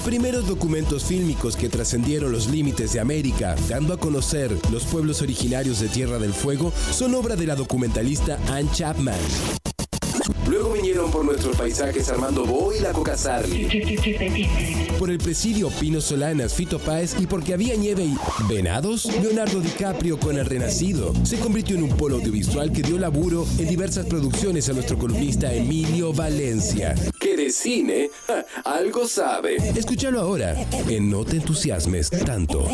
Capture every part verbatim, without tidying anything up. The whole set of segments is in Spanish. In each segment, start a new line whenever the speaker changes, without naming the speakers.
primeros documentos fílmicos que trascendieron los límites de América, dando a conocer los pueblos originarios de Tierra del Fuego, son obra de la documentalista Ann Chapman. Luego vinieron por nuestros paisajes Armando Bo y la Coca Sarli. Por el presidio Pino Solanas, Fito Páez y porque había nieve y venados, Leonardo DiCaprio con El Renacido se convirtió en un polo audiovisual que dio laburo en diversas producciones a nuestro columnista Emilio Valencia, que de cine ja, algo sabe. Escúchalo ahora en No te entusiasmes tanto.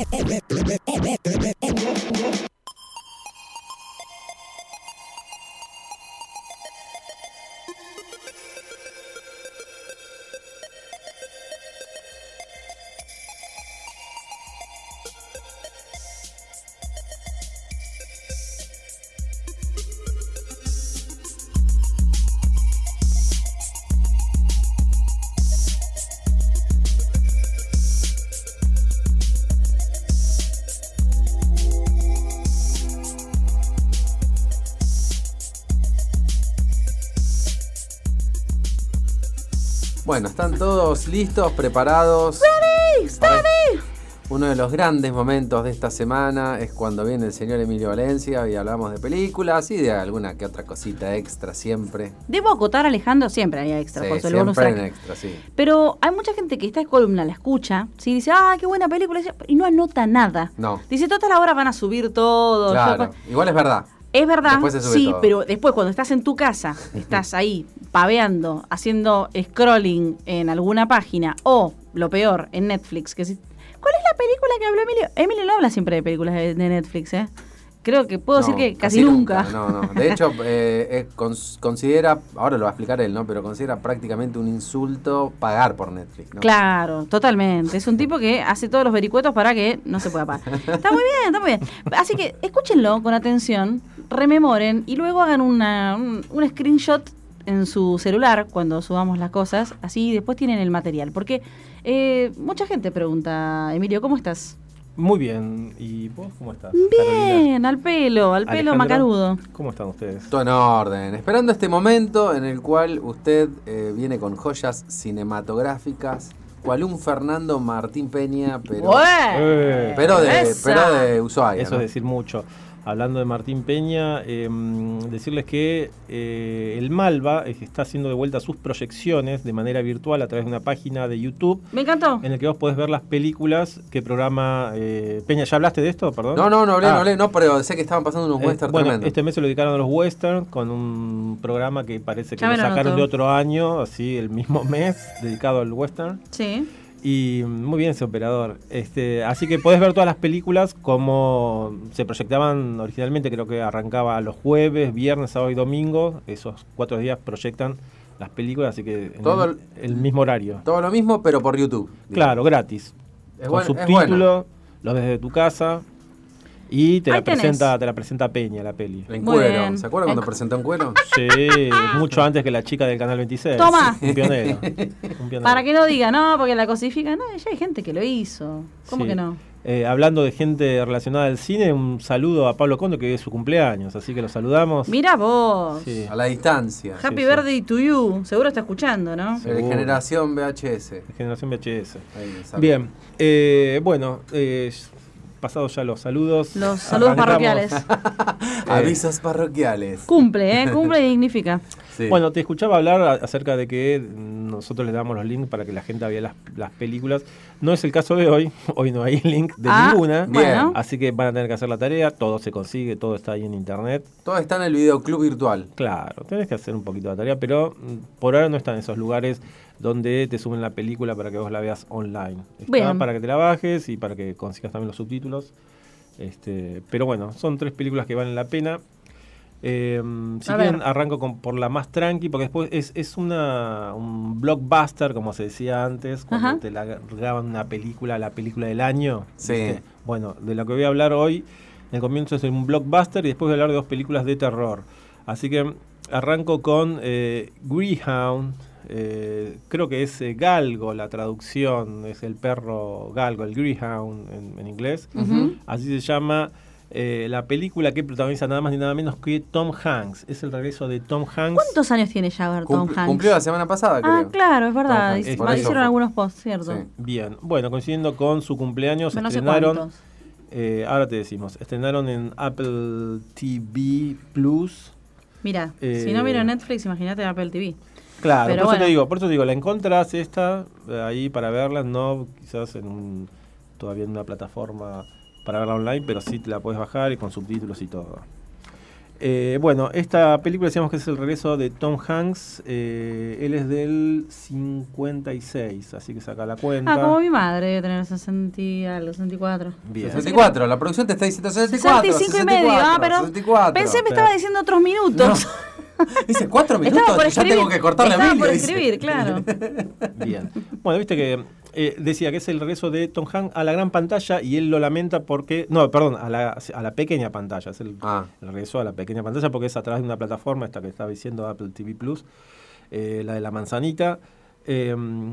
Bueno, están todos listos, preparados.
¡Ready! ¡Ready!
Uno de los grandes momentos de esta semana es cuando viene el señor Emilio Valencia y hablamos de películas y de alguna que otra cosita extra siempre.
Debo acotar, Alejandro, siempre hay extra,
Sí,
por eso el bonus
siempre
track.
en extra, sí.
Pero hay mucha gente que esta columna la escucha, ¿sí? Dice, ah, qué buena película, y no anota nada.
No.
Dice, toda la hora van a subir todo.
Claro,
Yo-
igual es verdad.
Es verdad,
Después se sube
sí,
todo.
pero después cuando estás en tu casa, estás ahí paveando, haciendo scrolling en alguna página o, lo peor, en Netflix, que si, ¿cuál es la película que habló Emilio? Emilio no habla siempre de películas de, de Netflix, ¿eh? Creo que puedo
No,
decir que casi, nunca.
No, no. De hecho, eh, eh, cons- considera, ahora lo va a explicar él, ¿no? Pero considera prácticamente un insulto pagar por Netflix, ¿no?
Claro, totalmente. Es un tipo que hace todos los vericuetos para que no se pueda pagar. Está muy bien, está muy bien. Así que escúchenlo con atención, rememoren y luego hagan una, un, un screenshot en su celular cuando subamos las cosas. Así después tienen el material. Porque eh, mucha gente pregunta, Emilio, ¿cómo estás?
Muy bien. ¿Y vos cómo estás?
Bien, al pelo, al pelo
Alejandra,
macanudo.
¿Cómo están ustedes?
Todo en orden. Esperando este momento en el cual usted eh, viene con joyas cinematográficas, cual un Fernando Martín Peña, pero,
Eh,
pero, de,
¡Esa!
pero de Ushuaia,
Eso
¿no?
es decir mucho. Hablando de Martín Peña, eh, decirles que eh, el Malva eh, está haciendo de vuelta sus proyecciones de manera virtual a través de una página de YouTube
Me encantó.
en el que vos podés ver las películas que programa eh, Peña. ¿Ya hablaste de esto? Perdón.
No, no, no hablé,
Ah.
no hablé, no, pero sé que estaban pasando unos
Eh,
westerns
bueno,
tremendos.
este mes se lo dedicaron a los western con un programa que parece que
Ya me
lo
lo
sacaron
anoto.
de otro año, así el mismo mes, dedicado al western.
Sí.
Y muy bien ese operador. Este, así que podés ver todas las películas como se proyectaban originalmente, creo que arrancaba los jueves, viernes, sábado y domingo. Esos cuatro días proyectan las películas, así que en
Todo
el, el mismo horario.
Todo lo mismo, pero por YouTube.
Claro, gratis.
Es
con
buen- es
subtítulo, lo ves desde tu casa. Y te
Ahí
la
tenés.
presenta, te la presenta Peña la peli.
En
Muy
cuero.
bien.
¿Se acuerdan cuando
En-
presentó en cuero?
Sí, mucho antes que la chica del Canal veintiséis.
Toma.
Un pionero. Un pionero.
Para que no diga, no, porque la cosifica. No, ya hay gente que lo hizo. ¿Cómo
Sí.
que no?
Eh, hablando de gente relacionada al cine, un saludo a Pablo Conde, que es su cumpleaños, así que lo saludamos.
Mira vos.
Sí.
A la distancia.
Happy
sí.
birthday to you. Seguro está escuchando, ¿no?
De
Seguro.
generación V H S.
Generación V H S.
Ahí, sabe.
Bien, eh, bueno, eh, pasados ya los saludos.
Los saludos
arrancamos.
parroquiales.
Avisos parroquiales.
Cumple, ¿eh? Cumple y dignifica.
Sí.
Bueno, te escuchaba hablar a- acerca de que nosotros les damos los links para que la gente vea las, las películas. No es el caso de hoy. Hoy no hay link de
Ah,
ninguna.
bueno.
Así que van a tener que hacer la tarea. Todo se consigue, todo está ahí en internet.
Todo está en el videoclub virtual.
Claro, tenés que hacer un poquito de tarea, pero mm, por ahora no están en esos lugares donde te suben la película para que vos la veas online. Está
Bien.
para que te la bajes y para que consigas también los subtítulos. Este, pero bueno, son tres películas que valen la pena. Eh, si
A
bien
ver.
arranco con, por la más tranqui, porque después es, es una un blockbuster, como se decía antes, cuando
Ajá.
te largaban una película, la película del año.
Sí.
¿viste? Bueno, de lo que voy a hablar hoy, en el comienzo es un blockbuster y después voy a hablar de dos películas de terror. Así que arranco con eh, Greyhound. Eh, creo que es eh, Galgo la traducción, es el perro Galgo, el Greyhound en, en inglés.
Ujú.
Así se llama. Eh, la película que protagoniza nada más ni nada menos que Tom Hanks. Es el regreso de Tom Hanks.
¿Cuántos años tiene ya ver Tom
Cumpl-
Hanks?
Cumplió la semana pasada, creo.
Ah, claro, es verdad.
Hanks,
Hic-
por eso
Hicieron
fue.
algunos posts, ¿cierto?
Sí.
Bien, bueno, coincidiendo con su cumpleaños,
Pero no sé
estrenaron,
cuántos.
eh, ahora te decimos, estrenaron en Apple T V Plus.
Mira,
Eh,
si no vieron Netflix, imagínate Apple T V.
Claro,
Pero
por eso
bueno.
te digo, por eso te digo, la encontrás esta eh, ahí para verla, no quizás en un, todavía en una plataforma para verla online, pero sí te la puedes bajar y con subtítulos y todo. Eh, bueno, esta película decíamos que es el regreso de Tom Hanks. Eh, él es del cincuenta y seis, así que saca la cuenta.
Ah, como mi madre debe tener sesenta y algo, sesenta y cuatro.
Bien.
sesenta y cuatro, la producción te está diciendo sesenta y cuatro.
sesenta y cinco y medio, ah, pero
sesenta y cuatro.
pensé me
Pero-
estaba diciendo otros minutos.
Dice cuatro minutos
Estaba por
y ya
escribir.
tengo que cortar la
Estaba
Biblia.
por
dice.
escribir, claro.
Bien. Bueno, viste que eh, decía que es el regreso de Tom Hanks a la gran pantalla y él lo lamenta porque... No, perdón, a la, a la pequeña pantalla. Es el,
Ah.
el regreso a la pequeña pantalla porque es a través de una plataforma, esta que estaba diciendo Apple T V Plus, eh, la de la manzanita. Eh,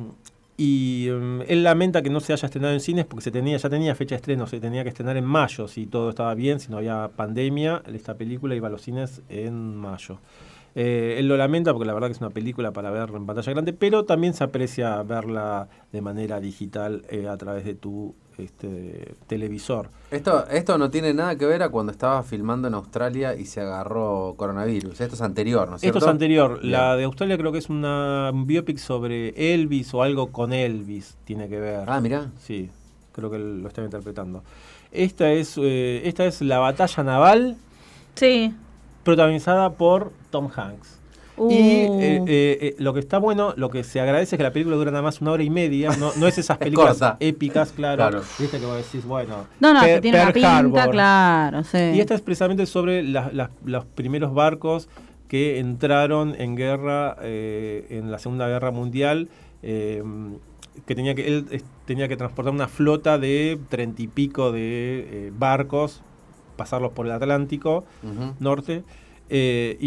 y um, él lamenta que no se haya estrenado en cines porque se tenía ya tenía fecha de estreno, se tenía que estrenar en mayo si todo estaba bien, si no había pandemia. Esta película iba a los cines en mayo. Eh, él lo lamenta porque la verdad que es una película para ver en pantalla grande, pero también se aprecia verla de manera digital eh, a través de tu este, televisor.
Esto, esto no tiene nada que ver a cuando estaba filmando en Australia y se agarró coronavirus. Esto es anterior, ¿no es cierto?
Esto es anterior.
Bien.
La de Australia creo que es una un biopic sobre Elvis o algo con Elvis, tiene que ver.
Ah, mirá.
Sí, creo que lo están interpretando. Esta es, eh, esta es la batalla naval
Sí.
protagonizada por Tom Hanks.
Uh.
Y eh, eh, eh, lo que está bueno, lo que se agradece es que la película dura nada más una hora y media, no, no es esas
Es
películas
corta.
épicas, claro,
Claro.
viste que vos decís, bueno,
No, no,
Pe-
que tiene una
Pearl
pinta,
Harbor.
claro, sí.
Y esta es precisamente sobre las- las- los primeros barcos que entraron en guerra eh, en la Segunda Guerra Mundial, eh, que tenía que él eh, tenía que transportar una flota de treinta y pico de eh, barcos, pasarlos por el Atlántico
Ujú.
norte, eh,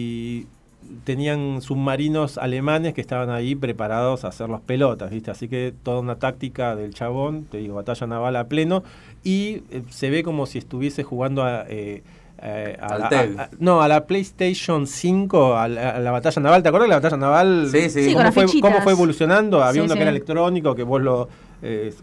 y tenían submarinos alemanes que estaban ahí preparados a hacer las pelotas, ¿viste? Así que toda una táctica del chabón, te digo, batalla naval a pleno, y eh, se ve como si estuviese jugando a... eh, eh, a
Al
la,
T E G.
a- a- no, a la PlayStation cinco, a la, a la batalla naval. ¿Te acuerdas de la batalla naval?
Sí, sí. Sí,
¿Cómo,
con las
fue,
fichitas.
cómo fue evolucionando? Había
Sí,
uno
sí.
que era electrónico, que vos lo... eh,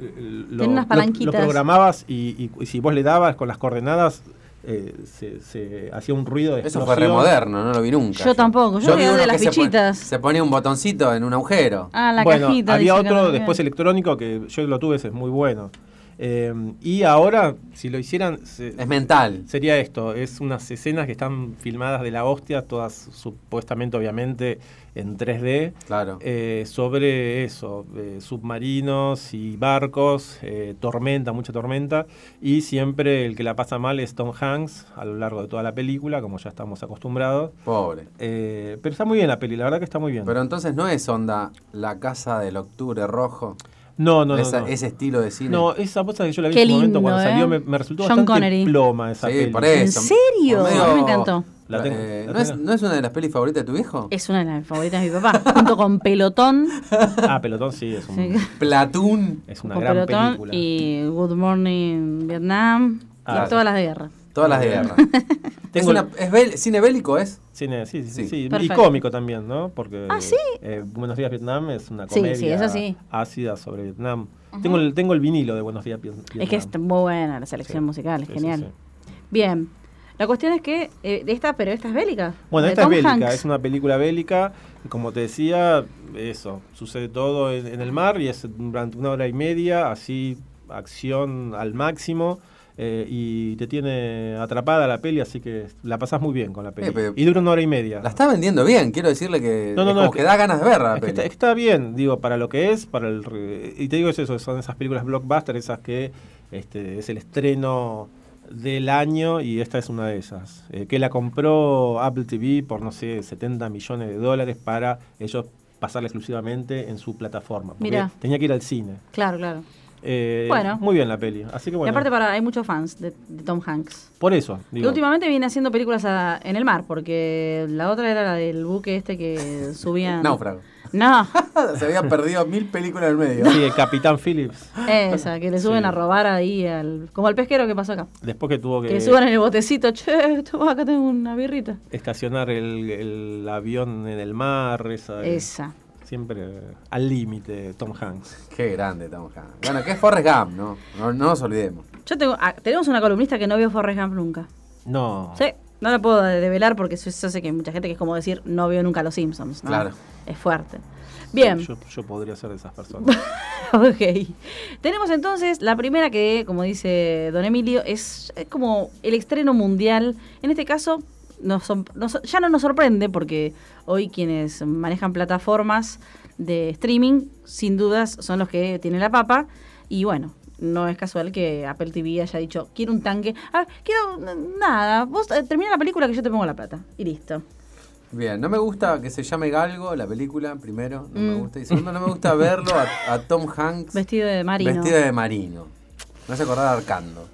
lo,
Tenía unas
lo-
palanquitas.
lo programabas y, y- y si vos le dabas con las coordenadas eh, se, se hacía un ruido de
Eso
explosión.
fue re moderno, no lo vi nunca.
Yo tampoco, yo
vi
vi
uno
de las
que se pon-
fichitas.
Se ponía un botoncito en un agujero.
Ah, la
Bueno,
cajita.
había
dice que
otro
no,
después
bien.
electrónico que yo lo tuve, ese es muy bueno. Eh, y ahora, si lo hicieran, se-
Es mental.
sería esto, es unas escenas que están filmadas de la hostia, todas supuestamente, obviamente, en tres D,
Claro.
eh, sobre eso, eh, submarinos y barcos, eh, tormenta, mucha tormenta, y siempre el que la pasa mal es Tom Hanks a lo largo de toda la película, como ya estamos acostumbrados.
Pobre.
Eh, pero está muy bien la peli, la verdad que está muy bien.
Pero entonces no es onda La Casa del Octubre Rojo.
no, no, no,
Esa-
no.
Ese estilo de cine.
No, esa cosa que yo la vi
Qué
en su momento
lindo,
cuando
¿eh?
salió me, me resultó
John
bastante
Connery.
ploma esa
Sí,
peli.
por
¿En
eso.
serio?
Por medio-
A mí me encantó.
La tengo-
Eh,
la
¿no, es,
tengo.
¿No es una de las pelis favoritas de tu hijo?
Es una de las favoritas de mi papá, junto con Pelotón.
Ah, Pelotón sí, es, un-
Sí.
Platoon.
es una
Con
gran
Pelotón
película.
y Good Morning Vietnam.
Ah,
y todas las de guerra.
Todas las de guerra. es
Tengo
una, es bel- ¿Cine bélico es?
Cine, sí, sí, sí,
Sí.
sí. Y
Perfecto.
cómico también, ¿no? Porque
Ah, ¿sí?
eh, Buenos Días Vietnam es una
Sí,
comedia
sí, eso sí.
ácida sobre Vietnam. tengo, el, tengo el vinilo de Buenos Días Vietnam.
Es que es muy buena la selección
Sí.
musical, es
Sí,
genial.
sí, sí.
Bien. La cuestión es que eh, esta, pero esta es bélica.
Bueno,
de
esta es
Tom
bélica,
Hanks.
es una película bélica. y Como te decía, eso, sucede todo en, en el mar y es durante una hora y media, así, acción al máximo. eh, y te tiene atrapada la peli, así que la pasás muy bien con la peli.
Eh, pero-
y dura una hora y media.
La está vendiendo bien, quiero decirle que,
No, no,
es
no,
como
es
que,
que-
da ganas de verla la
Es que
peli.
está, está bien, digo, para lo que es, para el re- y te digo es eso, son esas películas blockbuster, esas que este, es el estreno del año y esta es una de esas. Eh, que la compró Apple T V por, no sé, setenta millones de dólares para ellos pasarla exclusivamente en su plataforma. Porque
Mirá.
tenía que ir al cine.
Claro, claro.
Eh,
Bueno.
Muy bien la peli. Así que
Y
bueno,
aparte para, hay muchos fans de, de Tom Hanks.
por eso.
Que
Digo,
últimamente viene haciendo películas a- en el mar, porque la otra era la del buque este que subían...
Náufrago.
No,
Se había perdido mil películas en el medio.
Sí, el Capitán Phillips.
esa, que le suben
Sí.
a robar ahí, al, como al pesquero que pasó acá.
Después que tuvo que,
Que le suban en el botecito, che, toma, acá tengo una birrita.
estacionar el, el avión en el mar, esa,
Esa.
siempre eh, al límite, Tom Hanks.
Qué grande Tom Hanks. Bueno, que es Forrest Gump, ¿no? No, no nos olvidemos.
Yo tengo, ah, tenemos una columnista que no vio Forrest Gump nunca.
No.
Sí, no la puedo develar porque yo, yo sé que hay mucha gente que es como decir no vio nunca Los Simpsons, ¿no?
Claro.
Es fuerte. Bien.
Yo, yo podría ser de esas personas.
Ok. Tenemos entonces la primera que, como dice don Emilio, es, es como el estreno mundial. En este caso, nos, nos- ya no nos sorprende porque hoy quienes manejan plataformas de streaming, sin dudas, son los que tienen la papa. Y bueno, no es casual que Apple T V haya dicho, quiero un tanque. Ah, quiero n- nada. Vos eh, termina la película que yo te pongo la plata. Y listo.
Bien, no me gusta que se llame Galgo, la película, primero. No me
Mm.
gusta. Y segundo, no me gusta verlo a, a Tom Hanks
Vestido de marino.
vestido de marino. Me hace acordar a Arcando.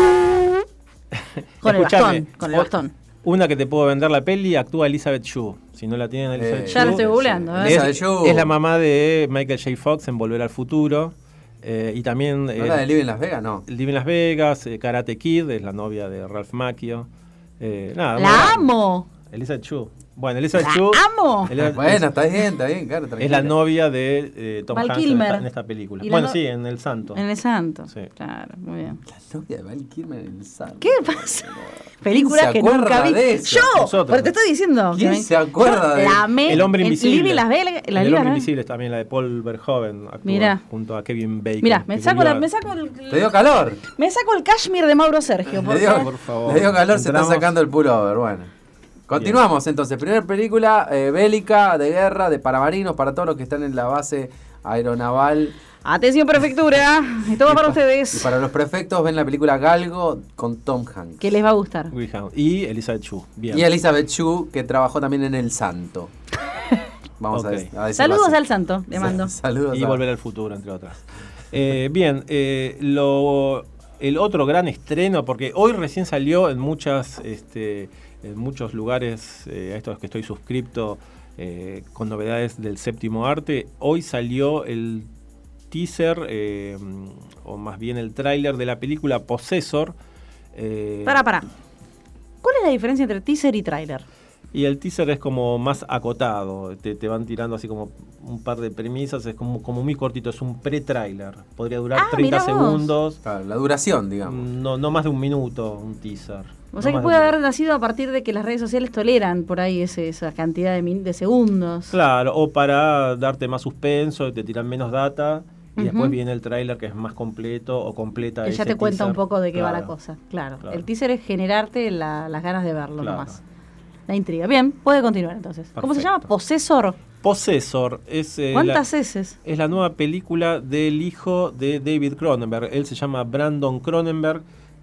Con el
Escuchame,
bastón. Con el
o-
bastón.
Una que te puedo vender la peli, actúa Elizabeth Shue. Si no la tienen, Elizabeth
Eh,
Shue.
Ya la estoy googleando, ¿eh?
Esa
Es,
de Shue.
es la mamá de Michael J. Fox en Volver al Futuro. eh, y también
¿No
eh,
la de Live en Las Vegas? No.
Live en Las Vegas, eh, Karate Kid, es la novia de Ralph Macchio. Eh, nada, muy
¡La
grande.
amo!
Elizabeth Shue. Bueno, Elizabeth
¡La
Shue
amo!
Elizabeth-
Bueno,
es,
está bien, está bien, claro.
es
tranquila.
la novia de eh, Tom
Val
Hanks en
Kilmer.
esta, en esta película.
Y la
Bueno,
no-
sí, en El Santo.
En el santo.
Sí.
Claro, muy bien.
La novia de Val Kilmer en el Santo.
¿Qué pasa? Películas
se
que
acuerda
nunca vi.
de eso?
Yo,
Nosotros.
porque te estoy diciendo.
¿Quién
que me-
se acuerda
yo
de-
la amé
El Hombre
en
Invisible.
Libby Las Vegas. La
el
Libby
Hombre
Las Vegas.
Invisible también, la de Paul Verhoeven. Actúa
Mirá.
junto a Kevin Bacon.
Mirá, me
que
saco,
murió
la,
a-
me saco el,
Te dio calor.
me saco el cashmere de Mauro Sergio. Por
Le dio,
favor.
por favor.
le dio calor, se
Entramos.
está sacando el pullover. Bueno. Continuamos entonces. Primera película eh, bélica, de guerra, de paramarinos, para todos los que están en la base aeronaval.
Atención, prefectura. Esto va
Y
para
pa-
ustedes.
Y para los prefectos ven la película Galgo con Tom Hanks.
Que les va a gustar.
Greyhound. Y Elizabeth Shue. Bien.
Y Elizabeth Shue, que trabajó también en El Santo. Vamos a,
Ok.
des- a decirlo
Saludos
así.
al santo, le mando.
Saludos
Y
a-
Volver al Futuro, entre otras. Eh, bien, eh, lo, el otro gran estreno, porque hoy recién salió en muchas, este, en muchos lugares, eh, a estos que estoy suscripto, eh, con novedades del séptimo arte, hoy salió el teaser, eh, o más bien el tráiler de la película Possessor. eh,
Para, para. ¿Cuál es la diferencia entre teaser y tráiler?
Y el teaser es como más acotado, te, te van tirando así como un par de premisas, es como, como muy cortito, es un pre-trailer. Podría durar
Ah,
treinta
mirá vos.
segundos,
Claro, la duración, digamos.
no, no más de un minuto, un teaser.
O
No
sea que
más de
puede
un
haber
minuto.
nacido a partir de que las redes sociales toleran por ahí ese- esa cantidad de, min- de segundos.
Claro, o para darte más suspenso, te tiran menos data, y
Ujú.
después viene el tráiler que es más completo o completa
Que ya
ese
te cuenta
teaser.
un poco de qué va la
Claro.
cosa. Claro.
Claro.
El teaser es generarte la- las ganas de verlo
Claro.
nomás. La intriga. Bien, puede continuar entonces. ¿Cómo se
Perfecto.
llama? Possessor.
Possessor es, eh,
¿Cuántas
la,
heces?
es la nueva película del hijo de David Cronenberg. Él se llama Brandon Cronenberg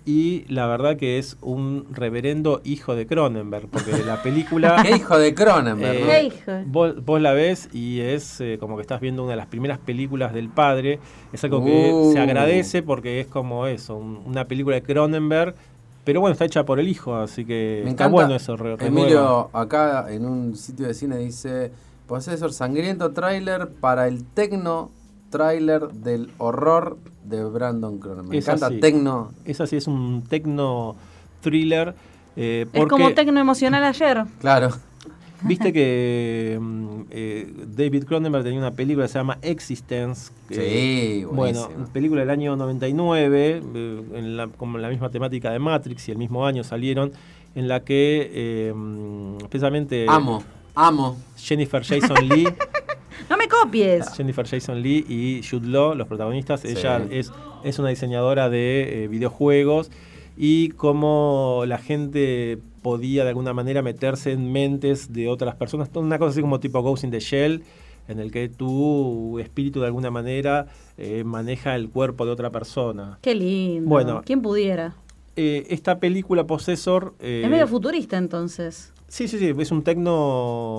y la verdad que es un reverendo hijo de Cronenberg, porque la película...
Qué hijo de Cronenberg,
Eh,
¿no?
¿Qué hijo?
Vos, vos la ves y es eh, como que estás viendo una de las primeras películas del padre. Es algo que
Uh.
se agradece porque es como eso, un- una película de Cronenberg, pero bueno, está hecha por el hijo, así que
Me
está
encanta.
bueno eso. re- renueva.
Emilio, acá en un sitio de cine dice: Possessor, sangriento tráiler para el tecno tráiler del horror de Brandon Cronenberg. Me
Es
encanta
así.
tecno.
Es así, es un tecno thriller. eh,
Es
porque
como tecno emocional ayer.
Claro.
viste que mm, eh, David Cronenberg tenía una película que se llama Existence. que-
Sí,
Bueno,
buenísimo.
película del año noventa y nueve, eh, en la, como la misma temática de Matrix, y el mismo año salieron, en la que eh, mm, especialmente
Amo, amo.
Jennifer Jason Lee,
No me copies.
Jennifer Jason Lee y Jude Law, los protagonistas.
Sí.
Ella es, es una diseñadora de eh, videojuegos, y cómo la gente podía de alguna manera meterse en mentes de otras personas. Una cosa así como tipo Ghost in the Shell, en el que tu espíritu de alguna manera eh, maneja el cuerpo de otra persona.
Qué lindo.
Bueno.
¿Quién pudiera?
Eh, esta película Possessor... eh,
Es medio futurista entonces.
Sí, sí, sí, es un tecno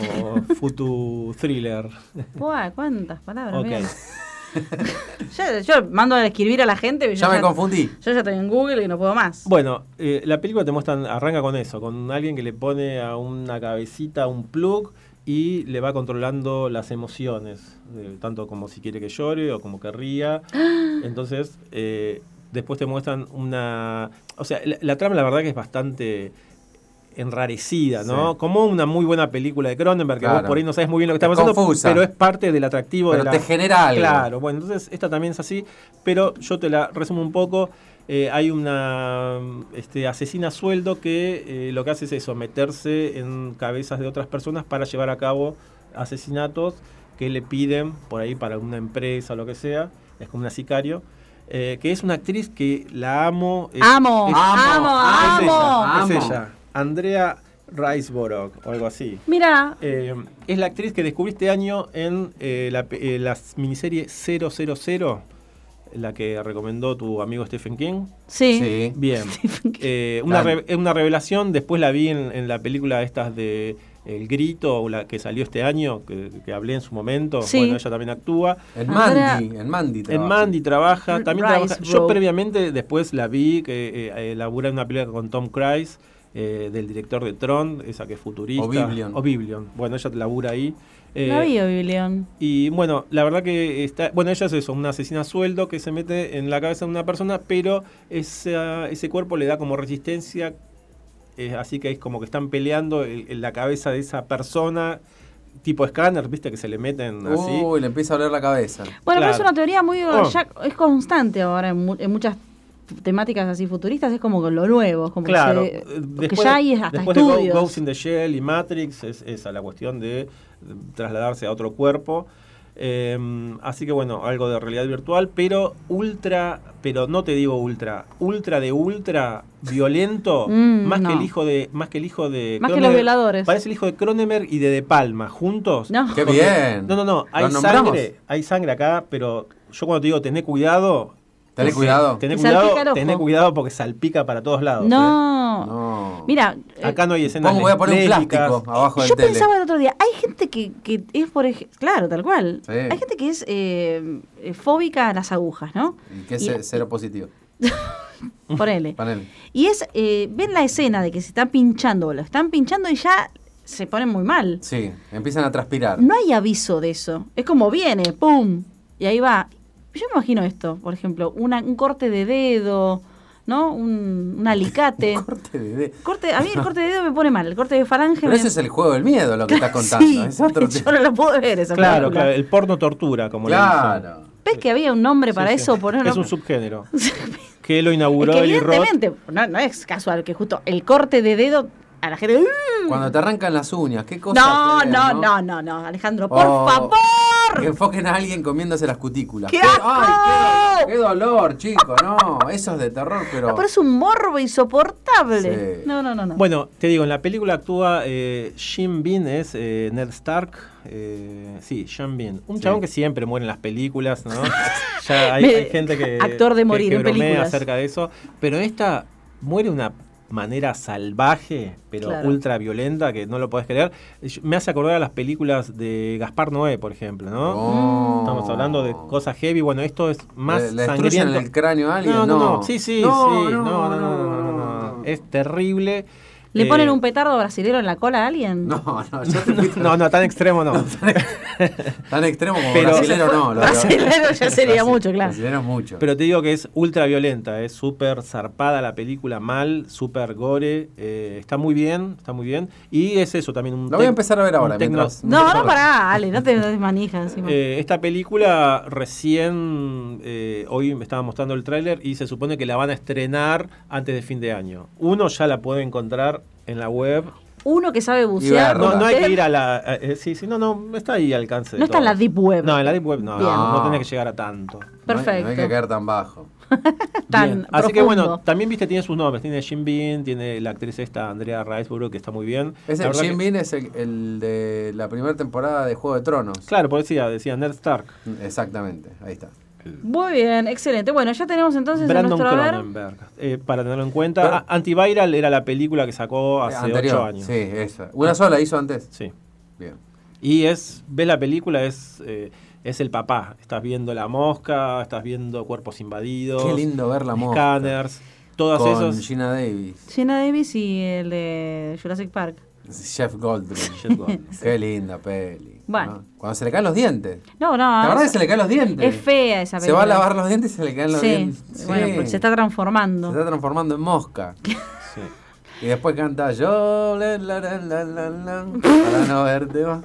futu thriller.
Buah, cuántas palabras.
Ok.
bien. Ya- yo mando a escribir a la gente. y
Ya
yo
me confundí.
Yo ya estoy en Google y no puedo más.
Bueno, eh, la película te muestran, arranca con eso, con alguien que le pone a una cabecita un plug y le va controlando las emociones, eh, tanto como si quiere que llore o como que ría. Entonces, eh, después te muestran una... O sea, la, la trama la verdad que es bastante enrarecida, ¿no?
Sí.
Como una muy buena película de Cronenberg, que
Claro.
vos por ahí no sabes muy bien lo que está
Es
pasando,
confusa.
pero es parte del atractivo
Pero
de la...
te genera algo.
Claro, bueno, entonces esta también es así, pero yo te la resumo un poco. Eh, hay una este, asesina a sueldo que eh, lo que hace es eso, meterse en cabezas de otras personas para llevar a cabo asesinatos que le piden por ahí para una empresa o lo que sea. Es como una sicario. Eh, que es una actriz que la amo. Es,
Amo,
es-
amo,
es
amo.
ella,
Amo.
es ella. Andrea Riseborough o algo así.
Mira,
Eh, es la actriz que descubrí este año en eh, la, eh, la miniserie cero cero cero, la que recomendó tu amigo Stephen King.
sí.
Sí.
Bien.
Stephen King.
Eh, una,
Claro.
re- una revelación, después la vi en, en la película estas de El Grito, la que salió este año, que, que hablé en su momento.
Sí.
Bueno, ella también actúa.
En
Andrea-
Mandy, en Mandy
En
trabaja.
Mandy trabaja, también
Rice
trabaja. Yo
Road.
previamente después la vi, que eh, eh, labura en una película con Tom Cruise, eh, del director de Tron, esa que es futurista.
Oblivion.
Oblivion. Bueno, ella labura ahí. Eh,
La vi, Biblión.
y bueno, la verdad que está. Bueno, ella es eso, una asesina a sueldo que se mete en la cabeza de una persona, pero esa, ese cuerpo le da como resistencia. Eh, así que es como que están peleando en, en la cabeza de esa persona, tipo escáner, viste, que se le meten así.
Uy, le empieza a doler la cabeza.
Bueno,
Claro.
pero es una teoría muy...
Oh.
ya es constante ahora en, mu- en muchas temáticas así futuristas, es como lo nuevo, es como
Claro,
que, se-
eh,
que
después,
ya hay hasta
después de Go-
estudios.
Ghost in the Shell y Matrix, es esa la cuestión de trasladarse a otro cuerpo. Eh, así que bueno, algo de realidad virtual, pero ultra, pero no te digo ultra, ultra de ultra violento,
Mm,
más
no.
que el hijo de, más que el hijo de
Más que
Cronenberg-
los violadores.
Parece el hijo de Cronenberg y de De Palma juntos.
No.
¡Qué
Porque-
bien!
No, no, no, hay
¿Los nombramos?
sangre, hay sangre acá, pero yo cuando te digo tené cuidado,
Tené
porque-
cuidado.
Tené
Te salpica el
cuidado,
ojo.
tené cuidado porque salpica para todos lados. ¿eh?
No.
No.
Mira, eh,
Acá no hay escenas
Pongo, voy a poner un
lésbicas.
plástico abajo del
yo
tele.
pensaba el otro día, hay gente que, que es por ejemplo, claro, tal cual,
Sí.
hay gente que es eh, eh, fóbica a las agujas, ¿no?
Y que es
Y-
ce- cero positivo.
Ponele.
Panel.
Y es, eh, ven la escena de que se están pinchando, o lo están pinchando y ya se ponen muy mal.
Sí, empiezan a transpirar.
No hay aviso de eso. Es como viene, ¡pum! Y ahí va. Yo me imagino esto, por ejemplo, una, un corte de dedo, ¿no? Un, un alicate.
Corte de dedo.
corte, a mí el corte de dedo me pone mal, el corte de falange
Pero
me...
ese es el juego del miedo, lo que estás contando.
Sí,
es otro
yo
tema.
no lo puedo ver esa
Claro,
película.
claro, el porno tortura, como le dicen.
Claro.
¿Ves que había un nombre para
Sí, sí.
eso? Ponerlo...
Es un subgénero. que lo
Es
inauguró
que
Eli Roth.
evidentemente, no, no es casual que justo el corte de dedo a la gente...
Cuando te arrancan las uñas, qué cosa.
No,
fea,
no, no, no, no, Alejandro, por
Oh,
favor.
Que enfoquen a alguien comiéndose las cutículas.
¡Qué
¡Ay,
asco!
qué, do- qué dolor, chico! No, eso es de terror, pero.
No, pero es un morbo insoportable.
Sí.
No, no, no, no.
Bueno, te digo, en la película actúa eh, Sean Bean, es eh, Ned Stark. Eh, sí, Sean Bean. Un
Sí.
chabón que siempre muere en las películas, ¿no? Ya hay,
Me-
hay gente que.
actor de
que-
morir
que
en
bromea
películas.
acerca de eso. Pero esta muere de una manera salvaje, pero
Claro.
ultra violenta, que no lo podés creer. Me hace acordar a las películas de Gaspar Noé, por ejemplo, ¿no?
Oh.
Estamos hablando de cosas heavy. Bueno, esto es más
¿Le, le destruyen
sangriento.
el cráneo a alguien?
No, no, no.
No.
Sí, sí,
No,
sí.
no,
No, no, no,
no,
no, no, no, no. Es terrible.
¿Le
Eh,
ponen un petardo brasilero en la cola a alguien?
No, no, yo te fuiste-
No, no, tan extremo no.
Tan extremo como
Pero-
brasilero no. Lo
Brasilero ya sería mucho, claro.
Brasilero mucho.
Pero te digo que es ultra violenta, es súper zarpada la película, mal, súper gore, eh, está muy bien, está muy bien. Y es eso también un
La voy a
tec-
empezar a ver ahora,
un tecno-
mientras-
No, no, pará, Ale, no te des manija encima.
Eh, esta película recién, eh, hoy me estaba mostrando el tráiler y se supone que la van a estrenar antes de fin de año. Uno ya la puede encontrar en la web.
Uno que sabe bucear.
verla.
No, no hay que
usted,
ir a la... a- eh, sí, sí, no, no, está ahí al alcance. de
No está en
todos.
la Deep Web.
No, en la Deep Web no,
Bien.
no, no tenés que llegar a tanto.
No hay-
Perfecto.
No hay, que caer tan bajo.
Tan
Bien. Así que
profundo.
bueno, también viste, tiene sus nombres. Tiene Jim Bean, tiene la actriz esta, Andrea Riseborough, que está muy bien.
Ese
La verdad
Jim
que-
Bean es el, el de la primera temporada de Juego de Tronos.
Claro, por decía, decía Ned Stark.
Exactamente, ahí está.
Muy bien, excelente. Bueno, ya tenemos entonces en
Brandon
nuestro haber.
Cronenberg. Eh, para tenerlo en cuenta.
Pero-
Ah, Antiviral era la película que sacó hace
Anterior.
ocho años.
Sí, esa. ¿Una sola hizo antes?
Sí.
Bien.
Y es, ves la película, es, eh, es el papá. Estás viendo La Mosca, estás viendo Cuerpos Invadidos.
Qué lindo ver La Mosca.
Scanners. Todas
Con
esos.
Gina Davis.
Gina Davis y el de Jurassic Park.
Jeff Goldblum.
Jeff Goldblum.
Qué linda peli.
Bueno.
¿no? Cuando se le caen los dientes.
No, no.
La verdad
es,
es que se le caen los dientes.
es fea esa película.
Se va a lavar los dientes y se le caen los
sí.
dientes.
Bueno,
Sí.
porque se está transformando.
Se está transformando en mosca.
Sí.
Y después canta yo, la, la, la, la, la, la, para no verte más.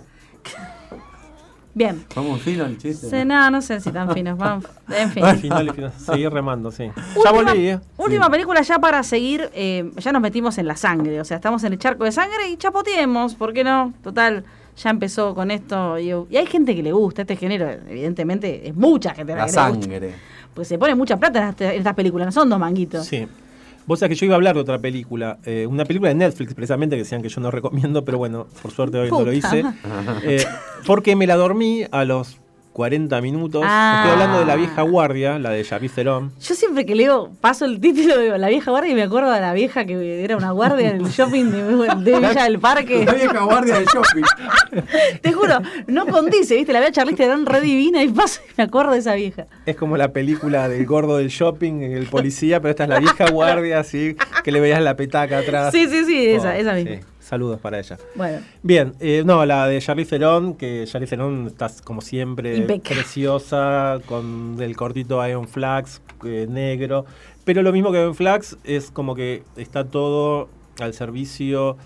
Bien.
Vamos fino el chiste.
Sí, no, no sé si tan finos. Vamos. En fin.
Al final, al final, seguir remando, sí.
Última,
Ya volví, ¿eh?
última
Sí.
película ya para seguir, eh, ya nos metimos en la sangre, o sea, estamos en el charco de sangre y chapoteemos, ¿por qué no? Total, ya empezó con esto y, y hay gente que le gusta este género, evidentemente es mucha gente a la
La
que le gusta,
sangre.
pues se pone mucha plata en, este- en estas películas, no son dos manguitos.
Sí. Vos sabés que yo iba a hablar de otra película, eh, una película de Netflix precisamente que decían que yo no recomiendo, pero bueno, por suerte hoy no lo
Puta
hice.
madre.
Eh, porque me la dormí a los cuarenta minutos.
Ah.
Estoy hablando de La Vieja Guardia, la de Charlize Theron.
Yo siempre que leo, paso el título de La Vieja Guardia y me acuerdo de la vieja que era una guardia en el shopping de, de Villa del Parque.
La vieja guardia del shopping.
Te juro, no condice, ¿viste? La veo a Charlize Theron re divina y paso y me acuerdo de esa vieja.
Es como la película del gordo del shopping, el policía, pero esta es La Vieja Guardia, así, que le veías la petaca atrás.
Sí, sí, sí, esa,
Oh,
esa misma.
sí. Saludos para ella.
Bueno,
Bien, eh, no, la de Charlize Theron, que Charlize Theron está como siempre
Impecable.
preciosa, con el cortito Iron Flags, eh, negro. Pero lo mismo que Iron Flags es como que está todo al servicio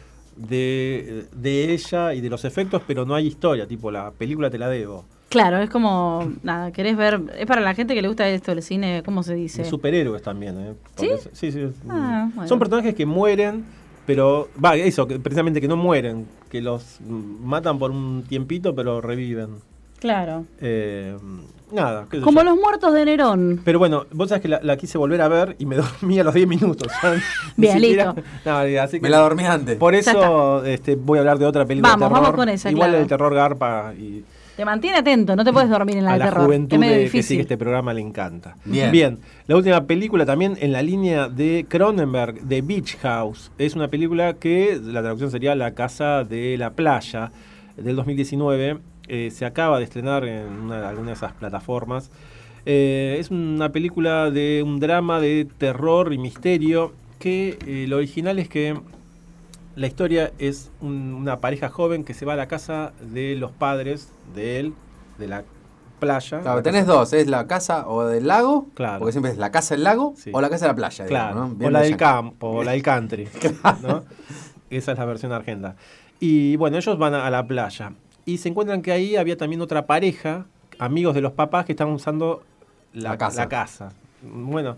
de, de ella y de los efectos, pero no hay historia, tipo la película te la debo.
claro, es como, nada, querés ver, es para la gente que le gusta esto del cine, ¿cómo se dice?
De superhéroes también, ¿eh? Porque
¿Sí?
es- sí, sí.
Ah,
Mm.
bueno.
Son personajes que mueren, pero, va, eso, que precisamente que no mueren, que los mm, matan por un tiempito, pero reviven.
Claro.
Eh, nada, qué sé
Como
yo.
los muertos de Nerón.
Pero bueno, vos sabés que la, la quise volver a ver y me dormí a los diez minutos. Ya ni
Bien,
siquiera-
listo.
No, así que
Me la dormí antes.
por
Ya
eso este, voy a hablar de otra película
Vamos,
de terror.
vamos con esa,
Igual
claro.
el terror garpa y
Te mantiene atento, no te puedes dormir en la
a
de
la
terror.
juventud
es medio
de, que sigue
difícil.
este programa le encanta.
Bien.
la última película también en la línea de Cronenberg, The Beach House. Es una película que la traducción sería La Casa de la Playa, del dos mil diecinueve. Eh, se acaba de estrenar en una, alguna de esas plataformas. Eh, es una película de un drama de terror y misterio que eh, lo original es que la historia es un- una pareja joven que se va a la casa de los padres de él, de la playa.
Claro,
La
tenés
casa-
dos, es la casa o del lago,
Claro.
porque siempre es la casa del lago
Sí.
o la casa de la playa.
Claro,
digamos, ¿no?
o
Bien
la
de
del
yankee.
campo, o la del country. ¿no? Esa es la versión argenta. Y bueno, ellos van a, a la playa y se encuentran que ahí había también otra pareja, amigos de los papás, que estaban usando la,
La casa.
la casa. Bueno,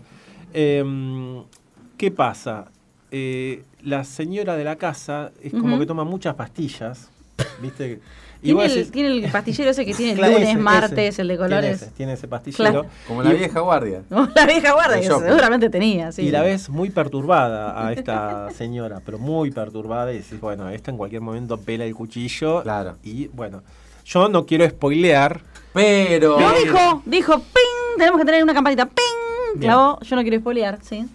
em, ¿qué pasa? Eh, la señora de la casa es como
Ujú.
que toma muchas pastillas, ¿viste? Y
Tiene
vos
el,
decís-
tiene el pastillero ese que tiene el
Claro,
lunes,
ese,
martes,
ese.
el de
Tiene
colores.
ese, Tiene ese pastillero.
Claro.
Como la
Y-
vieja guardia.
Como la vieja guarda,
El
que
shopping.
seguramente tenía, sí.
Y la ves muy perturbada a esta señora, pero muy perturbada. Y decís, bueno, esta en cualquier momento pela el cuchillo.
Claro.
Y bueno, yo no quiero spoilear.
Pero.
No dijo, dijo, ping, tenemos que tener una campanita, ping,
Bien.
clavó, yo no quiero spoilear, sí.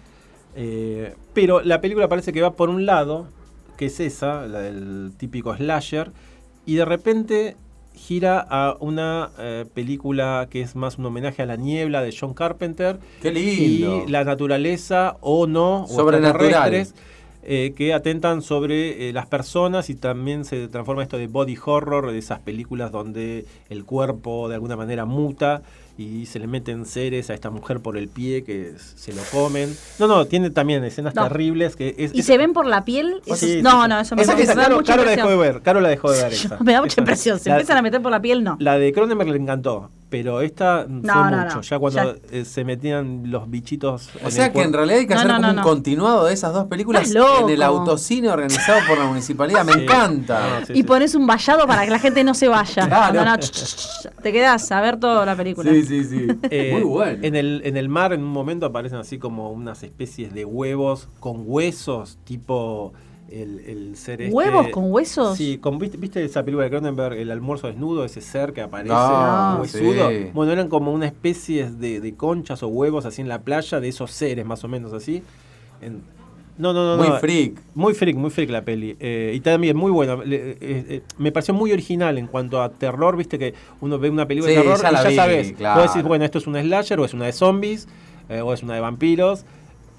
eh, pero la película parece que va por un lado, que es esa, la del típico slasher. Y de repente gira a una eh, película que es más un homenaje a La Niebla de John Carpenter.
Qué lindo.
Y la naturaleza o no, o
Sobrenatural.
extraterrestres, eh, que atentan sobre eh, las personas, y también se transforma esto de body horror, de esas películas donde el cuerpo de alguna manera muta y se le meten seres a esta mujer por el pie que s- se lo comen. No, no, tiene también escenas
No.
terribles que es,
¿Y
es-
se ven por la piel? Eso-
Sí, sí,
no,
sí.
no, eso me,
Esa-
me
esa
da
Caro,
mucha
Caro la dejó de
impresión.
ver, Caro la dejó de ver esa.
Me da mucha
Esa-
impresión, se
la-
empiezan a meter por la piel, no.
La de Cronenberg le encantó, pero esta
No,
fue
no,
mucho.
no.
Ya cuando
Ya-
eh, se metían los bichitos.
O sea
el
que en
cuerpo.
realidad hay que
No,
hacer
no,
como
no,
un
no.
continuado de esas dos películas
Estás loco.
en el autocine organizado por la municipalidad. Me
Sí.
encanta.
No, sí,
Y
sí.
pones un vallado para que la gente no se vaya.
Claro.
No, no, ch, ch, ch, te quedás a ver toda la película.
Sí, sí, sí.
Eh,
Muy bueno.
En el, en el mar, en un momento, aparecen así como unas especies de huevos con huesos, tipo el, el ser este.
¿Huevos con huesos?
Sí, con, ¿viste, ¿viste esa película de Cronenberg, El almuerzo desnudo, ese ser que aparece
No,
huesudo?
sí.
Bueno, eran como una especie de, de conchas o huevos así en la playa, de esos seres más o menos así. En- no, no, no.
Muy
no.
freak.
Muy freak, muy freak la peli. Eh, y también muy buena. Le- eh, eh, me pareció muy original en cuanto a terror. Viste que uno ve una película
Sí,
de terror
ya
y
la
ya
vi,
sabes.
claro.
Vos decís, bueno, esto es una slasher, o es una de zombies, eh, o es una de vampiros.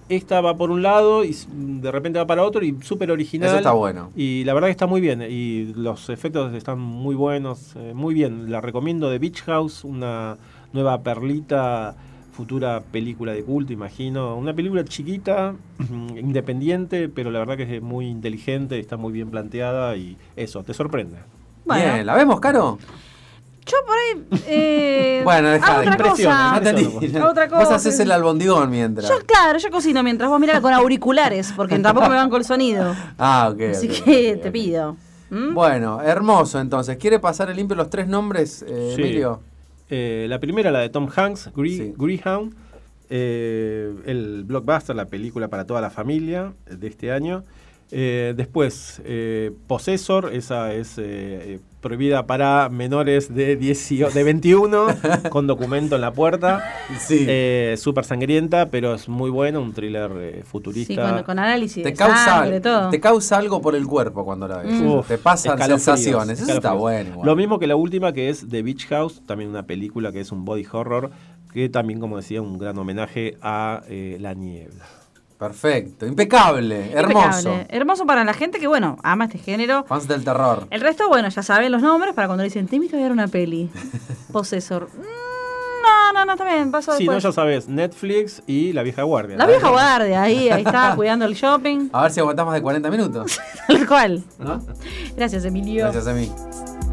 esta va por un lado y de repente va para otro y súper original.
Eso está bueno.
Y la verdad que está muy bien. Y los efectos están muy buenos. Eh, muy bien. La recomiendo, de Beach House, una nueva perlita, futura película de culto, imagino. Una película chiquita, independiente, pero la verdad que es muy inteligente, está muy bien planteada y eso, te sorprende.
Bueno.
Bien, ¿la vemos, Caro?
Yo por ahí. Eh,
Bueno, dejá
hago
de
otra cosa.
No te-
Otra
Vos
cosa.
haces el albondigón mientras.
Yo, claro, yo cocino mientras vos mirala con auriculares, porque tampoco me banco el sonido.
Ah, ok.
Así
ok,
que
ok,
te
ok.
pido. ¿Mm?
Bueno, hermoso entonces. ¿Quiere pasar el limpio los tres nombres, eh,
Sí.
Emilio?
Eh, la primera, la de Tom Hanks, Grey-
Sí.
Greyhound, eh, el blockbuster, la película para toda la familia de este año. Eh, después, eh, Possessor, esa es eh, eh, prohibida para menores de, dieciocho, de veintiuno, con documento en la puerta.
Sí.
Eh, súper sangrienta, pero es muy buena, un thriller eh, futurista.
Sí, con, con análisis
te
de
causa,
sangre, todo.
te causa algo por el cuerpo cuando la ves.
Mm.
Uf,
te pasan
escalofríos,
sensaciones. Eso está
escalofríos.
bueno. igual.
Lo mismo que la última, que es The Beach House, también una película que es un body horror, que también, como decía, un gran homenaje a eh, La Niebla.
Perfecto. Impecable. Hermoso.
Impecable. Hermoso para la gente que, bueno, ama este género.
Fans del terror.
El resto, bueno, ya saben los nombres para cuando le dicen, te invito a ver una peli. Possessor. Mm, no, no, no, está bien, paso
Sí, no,
después.
ya sabes, Netflix y La Vieja Guardia.
La vieja guardia, ahí, ahí está, cuidando el shopping.
A ver si aguantás más de cuarenta minutos.
Tal cual.
¿No?
Gracias, Emilio.
Gracias a mí.